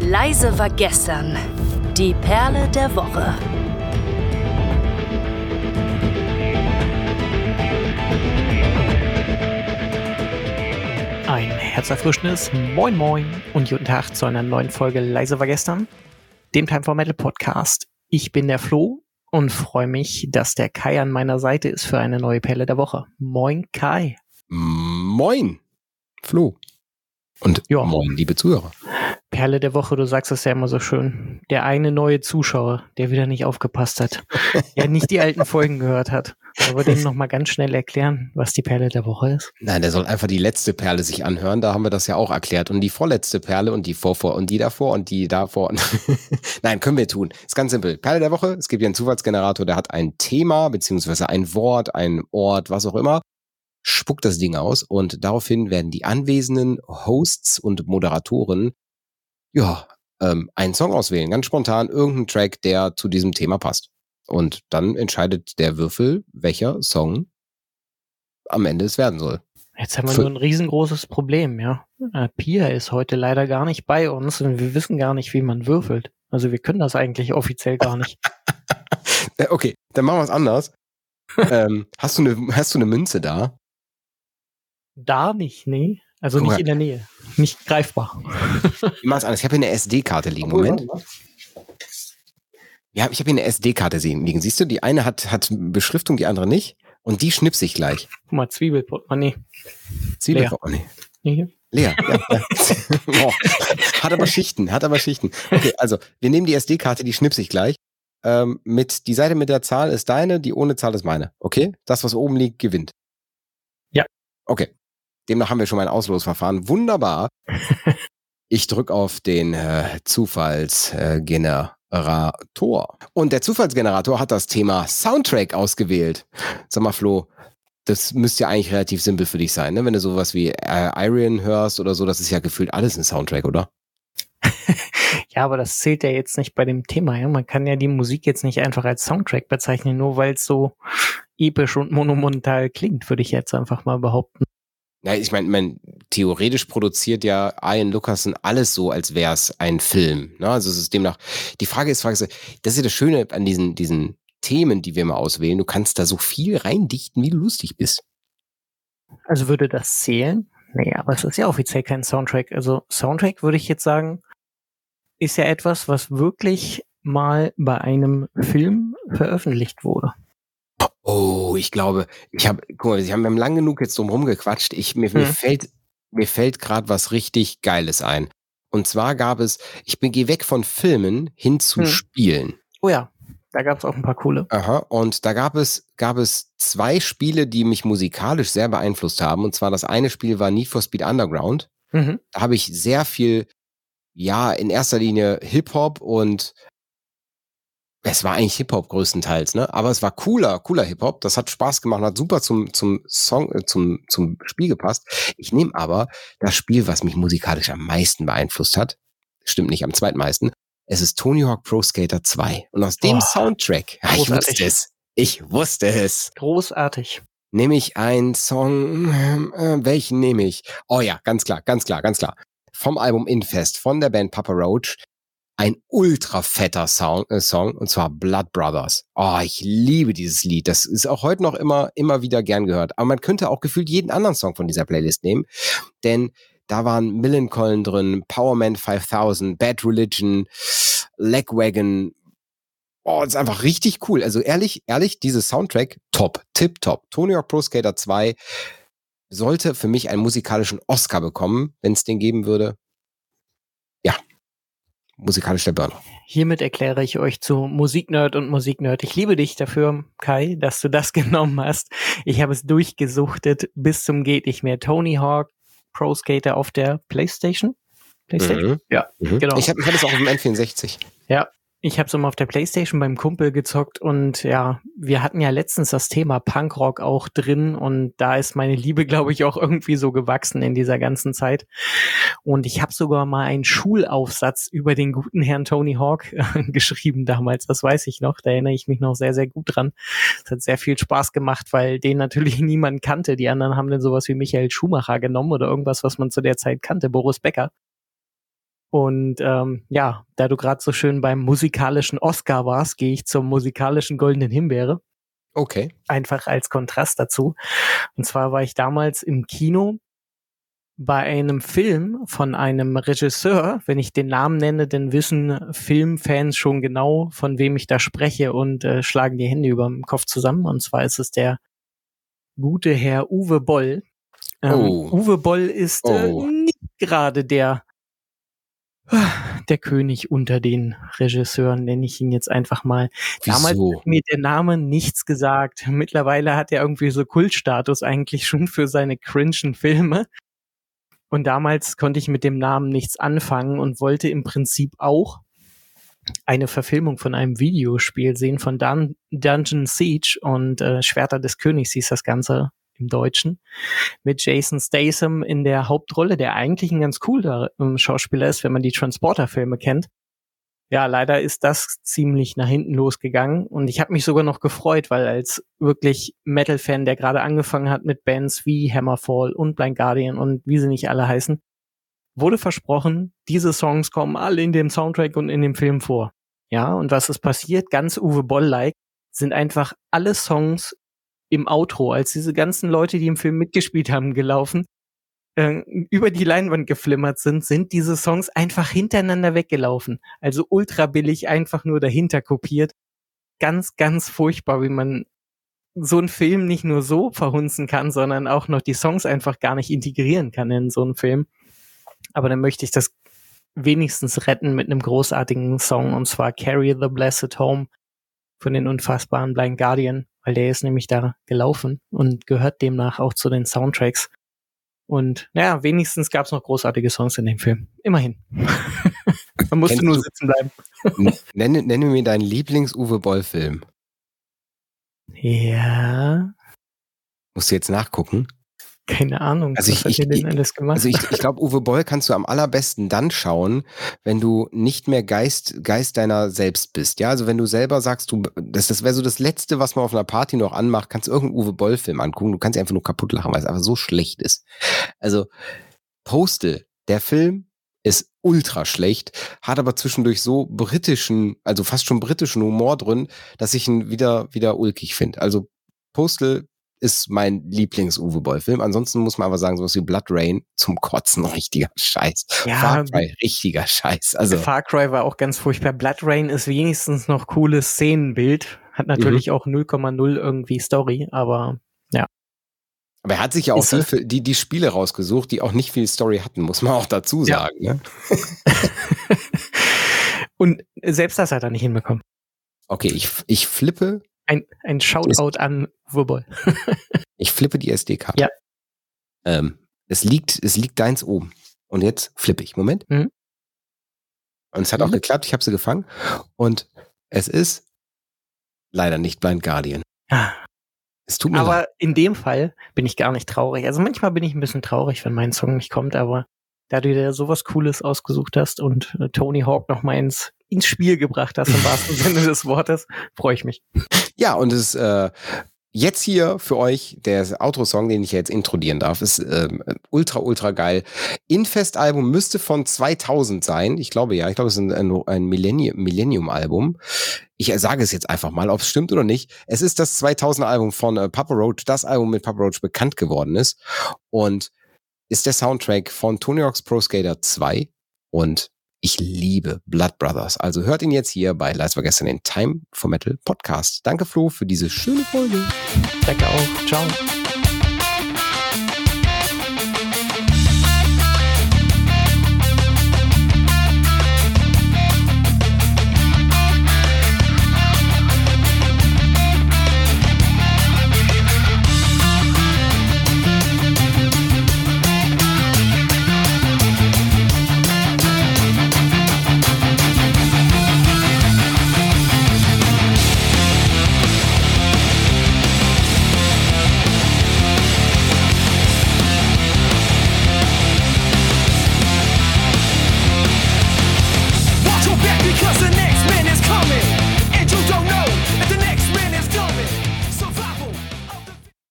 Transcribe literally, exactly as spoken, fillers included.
Leise war gestern. Die Perle der Woche. Ein herzerfrischendes Moin Moin und guten Tag zu einer neuen Folge Leise war gestern, dem Time for Metal Podcast. Ich bin der Flo und freue mich, dass der Kai an meiner Seite ist für eine neue Perle der Woche. Moin Kai. Moin Flo. Und ja. Moin liebe Zuhörer. Perle der Woche, du sagst es ja immer so schön. Der eine neue Zuschauer, der wieder nicht aufgepasst hat, der nicht die alten Folgen gehört hat. Sollen wir dem nochmal ganz schnell erklären, was die Perle der Woche ist? Nein, der soll einfach die letzte Perle sich anhören, da haben wir das ja auch erklärt. Und die vorletzte Perle und die vorvor und die davor und die davor. Nein, können wir tun. Ist ganz simpel. Perle der Woche, es gibt ja einen Zufallsgenerator, der hat ein Thema, beziehungsweise ein Wort, ein Ort, was auch immer. Spuckt das Ding aus und daraufhin werden die anwesenden Hosts und Moderatoren ja, ähm, einen Song auswählen, ganz spontan, irgendeinen Track, der zu diesem Thema passt. Und dann entscheidet der Würfel, welcher Song am Ende es werden soll. Jetzt haben wir Für nur ein riesengroßes Problem, ja. Äh, Pia ist heute leider gar nicht bei uns und wir wissen gar nicht, wie man würfelt. Also wir können das eigentlich offiziell gar nicht. Okay, dann machen wir es anders. ähm, hast du eine, hast du eine Münze da? Da nicht, nee. Also Guck nicht mal. in der Nähe. Nicht greifbar. Ich mach's anders. Ich habe hier eine S D-Karte liegen. Moment. Ja, ich habe hier eine S D-Karte liegen. Siehst du, die eine hat, hat Beschriftung, die andere nicht. Und die schnipse ich gleich. Guck mal, Zwiebelportemonnaie. Zwiebelportemonnaie. Nee. Leer. Ja, ja. Boah. Hat aber Schichten, hat aber Schichten. Okay, also wir nehmen die S D-Karte, die schnipse ich gleich. Ähm, mit, die Seite mit der Zahl ist deine, die ohne Zahl ist meine. Okay? Das, was oben liegt, gewinnt. Ja. Okay. Demnach haben wir schon mal ein Auslosverfahren. Wunderbar. Ich drücke auf den äh, Zufallsgenerator. Und der Zufallsgenerator hat das Thema Soundtrack ausgewählt. Sag mal, Flo, das müsste ja eigentlich relativ simpel für dich sein, ne? Wenn du sowas wie äh, Iron hörst oder so, das ist ja gefühlt alles ein Soundtrack, oder? Ja, aber das zählt ja jetzt nicht bei dem Thema. Ja? Man kann ja die Musik jetzt nicht einfach als Soundtrack bezeichnen, nur weil es so episch und monumental klingt, würde ich jetzt einfach mal behaupten. Ja, ich meine, mein, theoretisch produziert ja Ian Lucassen alles so, als wäre es ein Film. Ne? Also es ist demnach, die Frage ist, Frage ist, das ist ja das Schöne an diesen, diesen Themen, die wir mal auswählen. Du kannst da so viel reindichten, wie du lustig bist. Also würde das zählen? Nee, aber es ist ja offiziell kein Soundtrack. Also Soundtrack würde ich jetzt sagen, ist ja etwas, was wirklich mal bei einem Film veröffentlicht wurde. Oh, ich glaube, ich habe, guck mal, wir haben lang genug jetzt drum rumgequatscht. Ich, mir, hm. mir fällt, mir fällt gerade was richtig Geiles ein. Und zwar gab es, ich bin, gehe weg von Filmen hin zu hm. Spielen. Oh ja, da gab es auch ein paar coole. Aha, und da gab es, gab es zwei Spiele, die mich musikalisch sehr beeinflusst haben. Und zwar das eine Spiel war Need for Speed Underground. Mhm. Da habe ich sehr viel, ja, in erster Linie Hip-Hop und es war eigentlich Hip-Hop größtenteils, ne? Aber es war cooler, cooler Hip-Hop. Das hat Spaß gemacht, hat super zum, zum Song, äh, zum, zum Spiel gepasst. Ich nehme aber das Spiel, was mich musikalisch am meisten beeinflusst hat. Stimmt nicht, am zweitmeisten. Es ist Tony Hawk Pro Skater zwei. Und aus dem oh, Soundtrack, ja, ich wusste es. Ich wusste es. Großartig. Nehme ich einen Song, äh, welchen nehme ich? Oh ja, ganz klar, ganz klar, ganz klar. Vom Album Infest, von der Band Papa Roach. Ein ultra fetter Song, äh, Song, und zwar Blood Brothers. Oh, ich liebe dieses Lied. Das ist auch heute noch immer, immer wieder gern gehört. Aber man könnte auch gefühlt jeden anderen Song von dieser Playlist nehmen. Denn da waren Millencolin drin, Powerman fünftausend, Bad Religion, Legwagon. Oh, das ist einfach richtig cool. Also ehrlich, ehrlich, dieses Soundtrack, top, tip top. Tony Hawk Pro Skater zwei sollte für mich einen musikalischen Oscar bekommen, wenn es den geben würde. Ja. Musikalisch der Burner. Hiermit erkläre ich euch zu Musiknerd und Musiknerd. Ich liebe dich dafür, Kai, dass du das genommen hast. Ich habe es durchgesuchtet bis zum geht nicht mehr. Tony Hawk Pro Skater auf der PlayStation. PlayStation? Mhm. Ja, mhm. genau. Ich habe ich hab es auch auf dem N vierundsechzig. Ja, ich habe es immer auf der PlayStation beim Kumpel gezockt und ja, wir hatten ja letztens das Thema Punkrock auch drin und da ist meine Liebe, glaube ich, auch irgendwie so gewachsen in dieser ganzen Zeit. Und ich habe sogar mal einen Schulaufsatz über den guten Herrn Tony Hawk äh, geschrieben damals, das weiß ich noch, da erinnere ich mich noch sehr, sehr gut dran. Es hat sehr viel Spaß gemacht, weil den natürlich niemand kannte. Die anderen haben dann sowas wie Michael Schumacher genommen oder irgendwas, was man zu der Zeit kannte, Boris Becker. Und ähm, ja, da du gerade so schön beim musikalischen Oscar warst, gehe ich zur musikalischen Goldenen Himbeere. Okay. Einfach als Kontrast dazu. Und zwar war ich damals im Kino bei einem Film von einem Regisseur. Wenn ich den Namen nenne, dann wissen Filmfans schon genau, von wem ich da spreche und äh, schlagen die Hände über dem Kopf zusammen. Und zwar ist es der gute Herr Uwe Boll. Ähm, Oh. Uwe Boll ist äh, Oh. nicht gerade der der König unter den Regisseuren, nenne ich ihn jetzt einfach mal. Damals Wieso? hat mir der Name nichts gesagt. Mittlerweile hat er irgendwie so Kultstatus eigentlich schon für seine cringen Filme. Und damals konnte ich mit dem Namen nichts anfangen und wollte im Prinzip auch eine Verfilmung von einem Videospiel sehen, von Dun- Dungeon Siege und äh, Schwerter des Königs hieß das Ganze im Deutschen, mit Jason Statham in der Hauptrolle, der eigentlich ein ganz cooler ähm, Schauspieler ist, wenn man die Transporter-Filme kennt. Ja, leider ist das ziemlich nach hinten losgegangen und ich habe mich sogar noch gefreut, weil als wirklich Metal-Fan, der gerade angefangen hat mit Bands wie Hammerfall und Blind Guardian und wie sie nicht alle heißen, wurde versprochen, diese Songs kommen alle in dem Soundtrack und in dem Film vor. Ja, und was ist passiert? Ganz Uwe Boll-like sind einfach alle Songs im Outro, als diese ganzen Leute, die im Film mitgespielt haben, gelaufen, äh, über die Leinwand geflimmert sind, sind diese Songs einfach hintereinander weggelaufen. Also ultra billig, einfach nur dahinter kopiert. Ganz, ganz furchtbar, wie man so einen Film nicht nur so verhunzen kann, sondern auch noch die Songs einfach gar nicht integrieren kann in so einen Film. Aber dann möchte ich das wenigstens retten mit einem großartigen Song, und zwar Carry the Blessed Home von den unfassbaren Blind Guardian, weil der ist nämlich da gelaufen und gehört demnach auch zu den Soundtracks. Und naja, wenigstens gab es noch großartige Songs in dem Film. Immerhin. Man musste Kennst nur du- sitzen bleiben. Nenne, nenne mir deinen Lieblings-Uwe Boll-Film. Ja, Musst du jetzt nachgucken. keine Ahnung. Also was ich- hat er ich- denn alles gemacht? Also ich, ich glaube, Uwe Boll kannst du am allerbesten dann schauen, wenn du nicht mehr Geist, Geist deiner selbst bist. Ja, also wenn du selber sagst, du, das, das wäre so das Letzte, was man auf einer Party noch anmacht, kannst du irgendeinen Uwe Boll-Film angucken. Du kannst dich einfach nur kaputt lachen, weil es einfach so schlecht ist. Also Postal, der Film ist ultra schlecht, hat aber zwischendurch so britischen, also fast schon britischen Humor drin, dass ich ihn wieder, wieder ulkig finde. Also Postal ist mein Lieblings-Uwe Boll-Film. Ansonsten muss man aber sagen, sowas wie Blood Rain zum Kotzen, richtiger Scheiß. Ja, Far Cry, richtiger Scheiß. Also, Far Cry war auch ganz furchtbar. Blood Rain ist wenigstens noch cooles Szenenbild. Hat natürlich Mhm. auch null Komma null irgendwie Story, aber aber er hat sich ja auch Ist die, er- für- die, die Spiele rausgesucht, die auch nicht viel Story hatten, muss man auch dazu Ja. sagen. Ne? und selbst das hat er nicht hinbekommen. Okay, ich, ich flippe, Ein, ein Shoutout an Uwe Boll. ich flippe die S D-Karte. Ja. Ähm, es liegt, es liegt deins oben. Und jetzt flippe ich. Moment. Mhm. Und es hat auch Mhm. geklappt, ich habe sie gefangen. Und es ist leider nicht Blind Guardian. Ah. Es tut mir leid. Aber in dem Fall bin ich gar nicht traurig. Also manchmal bin ich ein bisschen traurig, wenn mein Song nicht kommt, aber da du dir sowas Cooles ausgesucht hast und äh, Tony Hawk noch mal ins, ins Spiel gebracht hast, im wahrsten Sinne des Wortes, freue ich mich. Ja, und es ist äh, jetzt hier für euch der Outro-Song, den ich jetzt introdieren darf, ist ähm, ultra, ultra geil. Infest-Album müsste von zweitausend sein. Ich glaube ja, ich glaube, es ist ein, ein Millennium- Millennium-Album. Ich äh, sage es jetzt einfach mal, ob es stimmt oder nicht. Es ist das zweitausender-Album von äh, Papa Roach, das Album mit Papa Roach bekannt geworden ist. Und ist der Soundtrack von Tony Hawk's Pro Skater zwei. Und ich liebe Blood Brothers. Also hört ihn jetzt hier bei Live war gestern den Time for Metal Podcast. Danke, Flo, für diese schöne Folge. Danke auch. Ciao.